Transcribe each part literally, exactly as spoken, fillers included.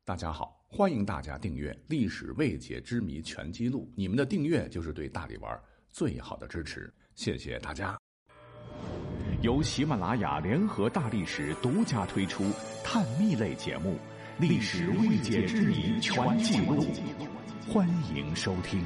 大家好，欢迎大家订阅《历史未解之谜全记录》，你们的订阅就是对大力丸最好的支持，谢谢大家。 由喜马拉雅联合大历史独家推出探秘类节目《历史未解之谜全记录》，欢迎收听。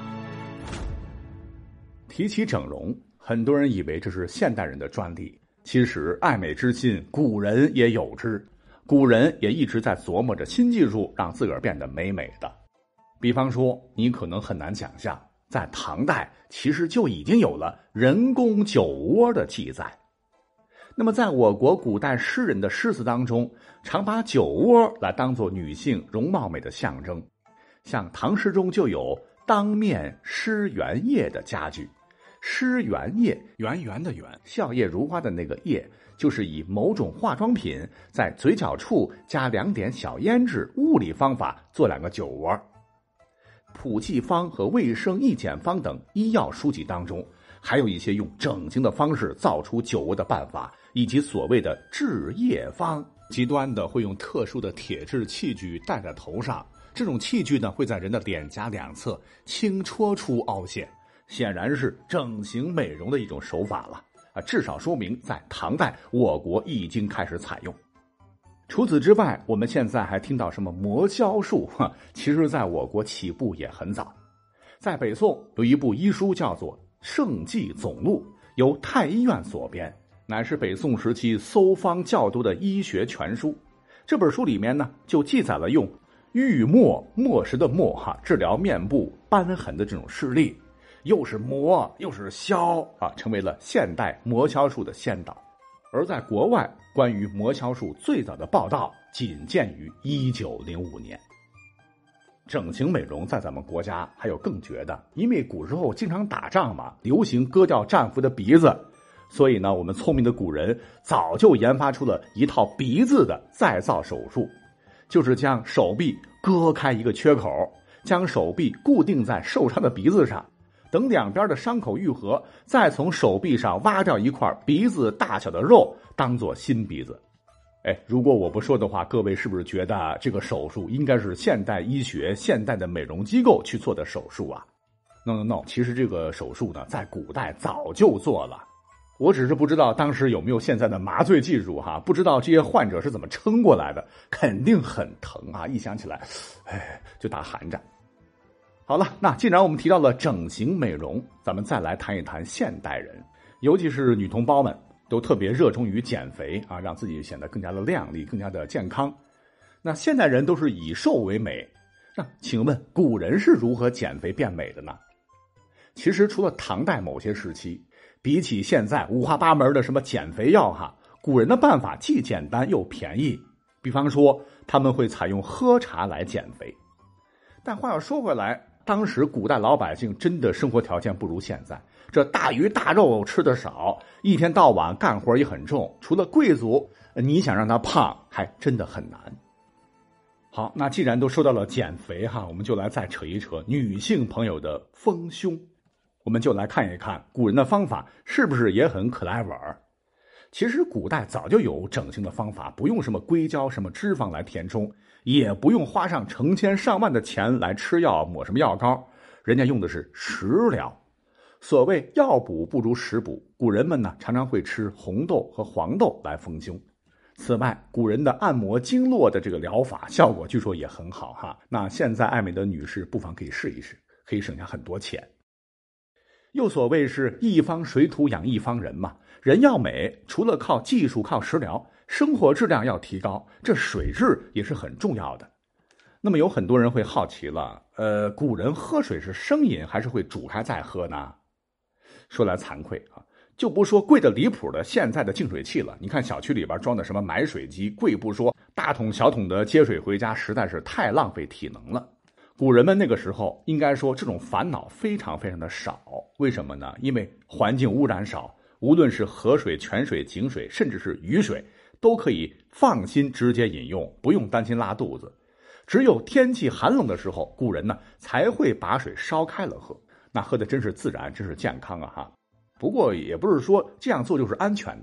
提起整容，很多人以为这是现代人的专利，其实爱美之心古人也有之。古人也一直在琢磨着新技术让自个儿变得美美的。比方说，你可能很难想象，在唐代其实就已经有了人工酒窝的记载。那么在我国古代诗人的诗词当中，常把酒窝来当作女性容貌美的象征。像唐诗中就有当面施圆液的佳句。施圆液，圆圆的圆，笑靥如花的那个液，就是以某种化妆品在嘴角处加两点小胭脂物理方法做两个酒窝。普济方和卫生意简方等医药书籍当中，还有一些用整形的方式造出酒窝的办法，以及所谓的治液方，极端的会用特殊的铁质器具戴在头上，这种器具呢会在人的脸颊两侧轻戳出凹陷，显然是整形美容的一种手法了啊，至少说明在唐代我国已经开始采用。除此之外，我们现在还听到什么魔销术，其实在我国起步也很早。在北宋有一部医书叫做《圣纪总录》，由太医院所编，乃是北宋时期搜方较多的医学全书。这本书里面呢，就记载了用玉墨墨石的墨哈治疗面部斑痕的这种事例，又是魔又是销啊，成为了现代魔销术的先导。而在国外，关于魔销术最早的报道仅见于一九零五年。整形美容在咱们国家还有更绝的，因为古时候经常打仗嘛，流行割掉战俘的鼻子，所以呢，我们聪明的古人早就研发出了一套鼻子的再造手术，就是将手臂割开一个缺口，将手臂固定在受伤的鼻子上，等两边的伤口愈合，再从手臂上挖掉一块鼻子大小的肉，当做新鼻子。哎，如果我不说的话，各位是不是觉得这个手术应该是现代医学、现代的美容机构去做的手术啊 ？No No No， 其实这个手术呢，在古代早就做了。我只是不知道当时有没有现在的麻醉技术哈，不知道这些患者是怎么撑过来的，肯定很疼啊！一想起来，哎，就打寒战。好了，那既然我们提到了整形美容，咱们再来谈一谈现代人，尤其是女同胞们都特别热衷于减肥啊，让自己显得更加的靓丽，更加的健康。那现代人都是以瘦为美，那请问古人是如何减肥变美的呢？其实除了唐代某些时期，比起现在五花八门的什么减肥药哈，古人的办法既简单又便宜。比方说，他们会采用喝茶来减肥。但话要说回来，当时古代老百姓真的生活条件不如现在，这大鱼大肉吃得少，一天到晚干活也很重，除了贵族，你想让他胖还真的很难。好，那既然都说到了减肥哈，我们就来再扯一扯女性朋友的丰胸。我们就来看一看古人的方法是不是也很 clever。 其实古代早就有整形的方法，不用什么硅胶什么脂肪来填充，也不用花上成千上万的钱来吃药抹什么药膏，人家用的是食疗。所谓药补不如食补，古人们呢常常会吃红豆和黄豆来丰胸。此外，古人的按摩经络的这个疗法效果据说也很好哈。那现在爱美的女士不妨可以试一试，可以省下很多钱。又所谓是一方水土养一方人嘛，人要美，除了靠技术靠食疗，生活质量要提高，这水质也是很重要的。那么有很多人会好奇了，呃，古人喝水是生饮还是会煮开再喝呢？说来惭愧啊，就不说贵的离谱的现在的净水器了，你看小区里边装的什么买水机，贵不说，大桶小桶的接水回家实在是太浪费体能了。古人们那个时候应该说这种烦恼非常非常的少，为什么呢？因为环境污染少，无论是河水、泉水、井水，甚至是雨水，都可以放心直接饮用，不用担心拉肚子。只有天气寒冷的时候，古人呢才会把水烧开了喝，那喝的真是自然，真是健康啊哈。不过也不是说这样做就是安全的，古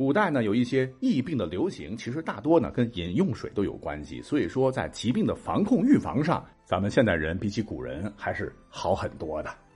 古代呢有一些疫病的流行，其实大多呢跟饮用水都有关系，所以说在疾病的防控预防上，咱们现代人比起古人还是好很多的。